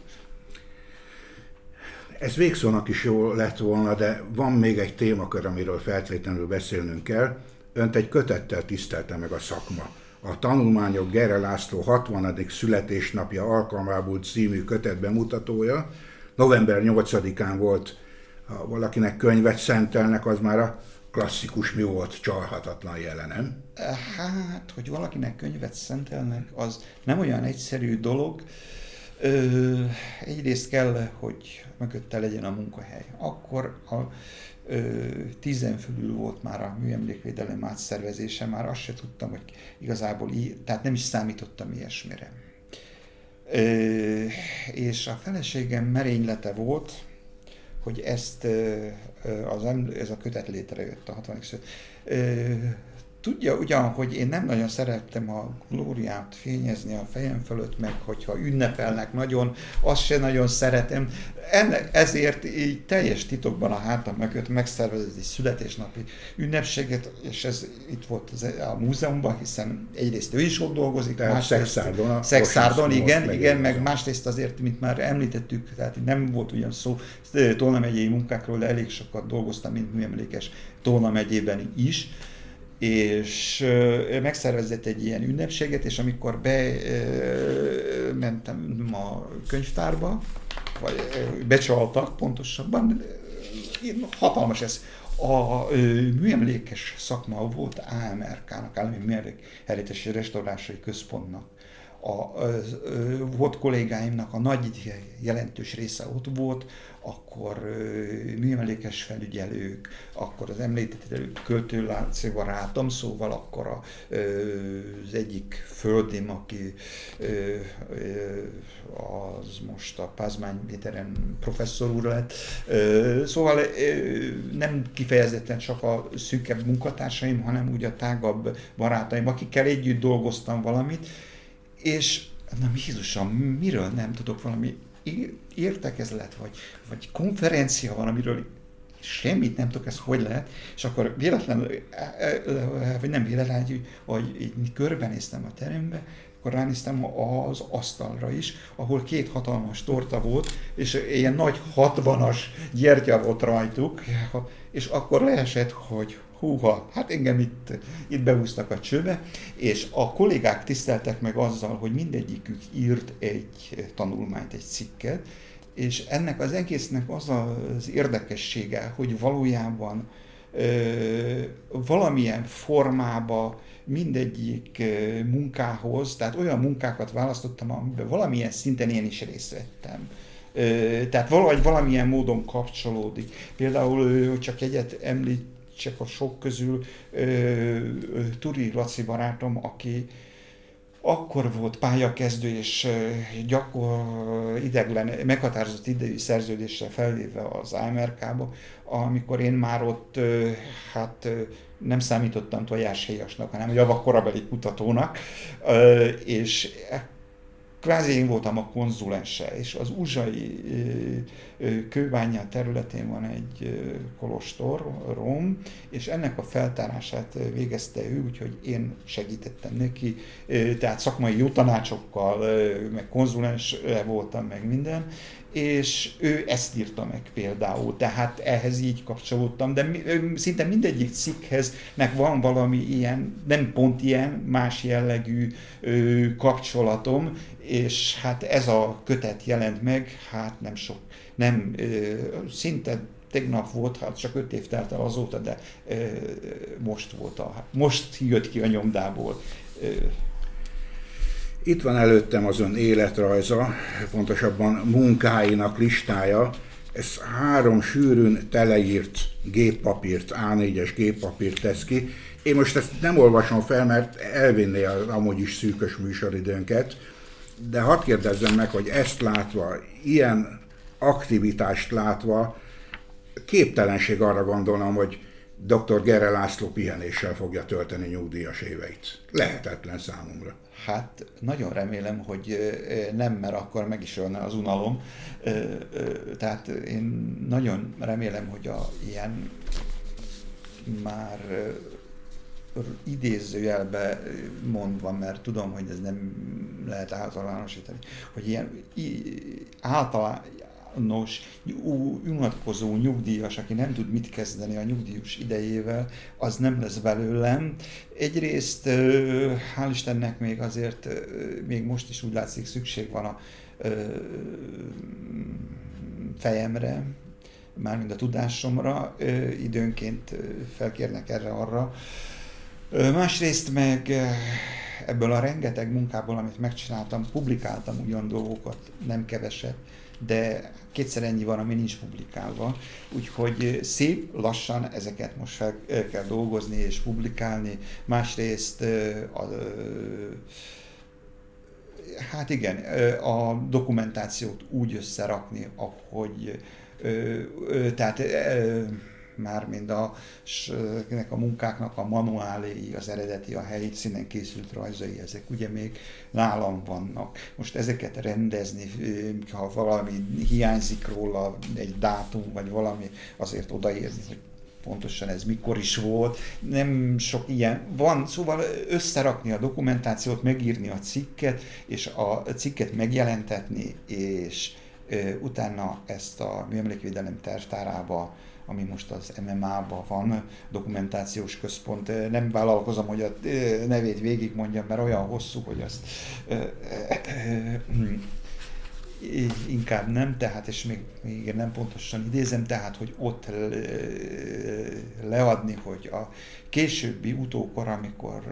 A: Ez végszónak is jó lett volna, de van még egy témakör, amiről feltétlenül beszélnünk kell. Önt egy kötettel tisztelte meg a szakma. A Tanulmányok Gerre László hatvanadik születésnapja alkalmából című kötet bemutatója. november nyolcadikán volt. Ha valakinek könyvet szentelnek, az már a klasszikus mi volt, csalhatatlan jelenem.
B: Hát, hogy valakinek könyvet szentelnek, az nem olyan egyszerű dolog. Ö, egyrészt kell, hogy mögötte legyen a munkahely. Akkor a ö, tízen fölül volt már a műemlékvédelem átszervezése, már azt se tudtam, hogy igazából így, tehát nem is számítottam ilyesmire. Ö, és a feleségem merénylete volt, hogy ezt az, ez a kötet létrejött a hatvadik születésnapja. Tudja ugyan, hogy én nem nagyon szerettem a glóriát fényezni a fejem fölött, meg hogyha ünnepelnek nagyon, azt se nagyon szeretem. Ennek, ezért így teljes titokban a hátam mögött megszervezett egy születésnapi ünnepséget, és ez itt volt a múzeumban, hiszen egyrészt ő is ott dolgozik,
A: tehát Szexárdon.
B: Szexárdon, igen, meg igen, meg másrészt azért, mint már említettük, tehát nem volt ugyan szó Tolna megyei munkákról, de elég sokat dolgoztam, mint műemlékes Tolna megyében is, és megszervezett egy ilyen ünnepséget, és amikor bementem a könyvtárba, vagy becsaltak pontosabban, hatalmas ez. A műemlékes szakma volt á em er ká-nak, Állami Műemlékherítési Restaurálási Központnak. A, volt kollégáimnak a nagy jelentős része ott volt, akkor műemlékes felügyelők, akkor az említett költőláncé barátom, szóval akkor a, az egyik földim, aki az most a Pázmány Péteren professzor úr lett, szóval nem kifejezetten csak a szűkebb munkatársaim, hanem úgy a tágabb barátaim, akikkel együtt dolgoztam valamit, és na Jézusom, miről nem tudok, valami értekezlet, vagy, vagy konferencia van, amiről semmit nem tudok, ez hogy lehet, és akkor véletlenül, vagy nem véletlenül, hogy így körbenéztem a terembe, akkor ránéztem az asztalra is, ahol két hatalmas torta volt, és ilyen nagy hatvanas gyertya volt rajtuk, és akkor leesett, hogy húha, hát engem itt, itt behúztak a csőbe, és a kollégák tiszteltek meg azzal, hogy mindegyikük írt egy tanulmányt, egy cikket, és ennek az egésznek az az érdekessége, hogy valójában ö, valamilyen formába mindegyik munkához, tehát olyan munkákat választottam, amiben valamilyen szinten én is részt vettem. Tehát valahogy valamilyen módon kapcsolódik. Például, hogy csak egyet említsek a sok közül, Turi Laci barátom, aki akkor volt pályakezdő, és gyakor ideglen, meghatározott idejű szerződéssel felvéve az á em er ká-ba, amikor én már ott hát nem számítottam tojáshéjasnak, hanem javakorabeli kutatónak, és kvázi én voltam a konzulense, és az uzsai kőbánya területén van egy kolostor, Rom, és ennek a feltárását végezte ő, úgyhogy én segítettem neki, tehát szakmai jó tanácsokkal, meg konzulens voltam, meg minden, és ő ezt írta meg például, tehát ehhez így kapcsolódtam, de szinte mindegyik cikkhez nek van valami ilyen, nem pont ilyen, más jellegű kapcsolatom, és hát ez a kötet jelent meg, hát nem sok, nem, szinte tegnap volt, hát csak öt év telt el azóta, de most volt a, most jött ki a nyomdából.
A: Itt van előttem az ön életrajza, pontosabban munkáinak listája. Ez három sűrűn teleírt géppapírt, á négyes géppapírt tesz ki. Én most ezt nem olvasom fel, mert elvinné az amúgy is szűkös műsoridőnket, de hadd kérdezzem meg, hogy ezt látva, ilyen aktivitást látva, képtelenség arra gondolnom, hogy doktor Gerre László pihenéssel fogja tölteni nyugdíjas éveit. Lehetetlen számomra.
B: Hát nagyon remélem, hogy nem, mert akkor meg is ölne az unalom. Tehát én nagyon remélem, hogy a ilyen már idézőjelbe mondva, mert tudom, hogy ez nem lehet általánosítani, hogy ilyen általános, unatkozó nyugdíjas, aki nem tud mit kezdeni a nyugdíjas idejével, az nem lesz belőlem. Egyrészt, hál' Istennek még azért, még most is úgy látszik, szükség van a fejemre, mármint a tudásomra, időnként felkérnek erre-arra. Másrészt meg ebből a rengeteg munkából, amit megcsináltam, publikáltam ugyan dolgokat, nem keveset, de kétszer ennyi van, ami nincs publikálva. Úgyhogy szép lassan ezeket most fel kell dolgozni és publikálni. Másrészt a, hát igen, a dokumentációt úgy összerakni, ahogy tehát mármint a, a munkáknak a manuáléi, az eredeti, a helyszínen készült rajzai, ezek ugye még nálam vannak. Most ezeket rendezni, ha valami hiányzik róla, egy dátum vagy valami, azért odaérni, hogy pontosan ez mikor is volt, nem sok ilyen van, szóval összerakni a dokumentációt, megírni a cikket, és a cikket megjelentetni, és utána ezt a Műemlékvédelem tervtárába, ami most az em em á-ban van, dokumentációs központ, nem vállalkozom, hogy a nevét végigmondjam, mert olyan hosszú, hogy azt inkább nem, tehát, és még, még nem pontosan idézem, tehát, hogy ott leadni, hogy a későbbi utókor, amikor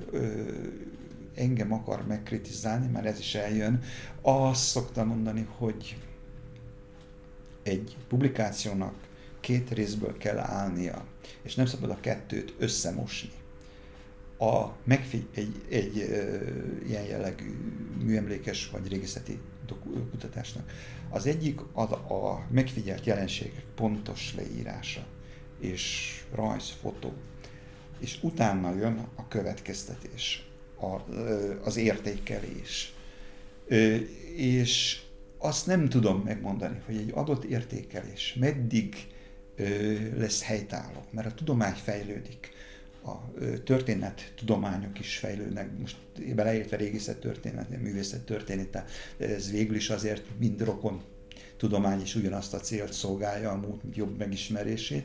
B: engem akar megkritizálni, már ez is eljön, azt szoktam mondani, hogy egy publikációnak két részből kell állnia, és nem szabad a kettőt összemosni. A megfigy- egy, egy e, ilyen jellegű műemlékes vagy régészeti kutatásnak. Az egyik a, a megfigyelt jelenségek pontos leírása, és rajz, fotó, és utána jön a következtetés, a, az értékelés. És azt nem tudom megmondani, hogy egy adott értékelés meddig lesz helytálló, mert a tudomány fejlődik, a történettudományok is fejlődnek, most beleértve régészettörténet, művészettörténet, ez végül is azért mind rokon tudomány is ugyanazt a célt szolgálja, a múlt jobb megismerését,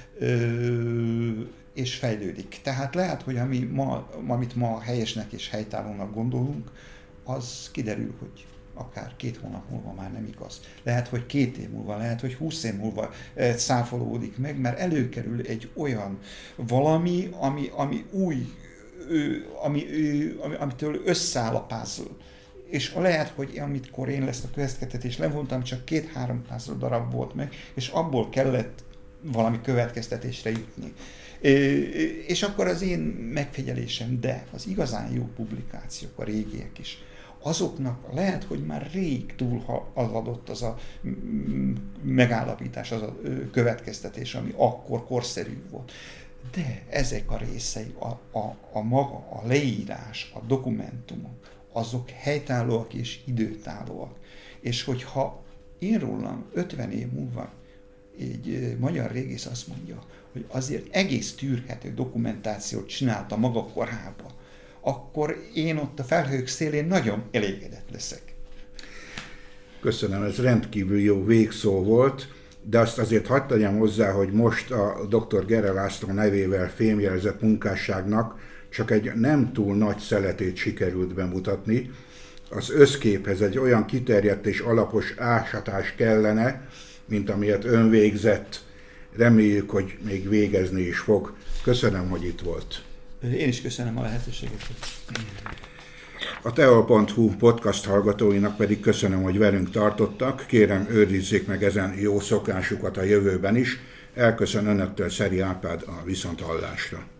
B: és fejlődik. Tehát lehet, hogy ami ma, amit ma helyesnek és helytállónak gondolunk, az kiderül, hogy akár két hónap múlva már nem igaz. Lehet, hogy két év múlva, lehet, hogy húsz év múlva száfolódik meg, mert előkerül egy olyan valami, ami, ami új, ami, ami, amitől összeáll a puzzle. És lehet, hogy amikor én ezt a következtetést levontam, csak két-három puzzle darab volt meg, és abból kellett valami következtetésre jutni. És akkor az én megfigyelésem, de az igazán jó publikációk, a régiek is, azoknak lehet, hogy már rég túlhaladott az a megállapítás, az a következtetés, ami akkor korszerű volt. De ezek a részei, a, a, a maga, a leírás, a dokumentumok, azok helytállóak és időtállóak. És hogyha én rólam ötven év múlva egy magyar régész azt mondja, hogy azért egész tűrhető dokumentációt csinálta maga korában, akkor én ott a felhők szélén nagyon elégedett leszek.
A: Köszönöm, ez rendkívül jó végszó volt, de azt azért hadd tegyem hozzá, hogy most a dr. Gere László nevével fémjelzett munkásságnak csak egy nem túl nagy szeletét sikerült bemutatni. Az összképhez egy olyan kiterjedt és alapos ásatás kellene, mint amilyet ön végzett. Reméljük, hogy még végezni is fog. Köszönöm, hogy itt volt.
B: Én is köszönöm a lehetőséget.
A: A teol pont hu podcast hallgatóinak pedig köszönöm, hogy velünk tartottak. Kérem, őrizzék meg ezen jó szokásukat a jövőben is. Elköszön önöktől Szeri Árpád a viszonthallásra.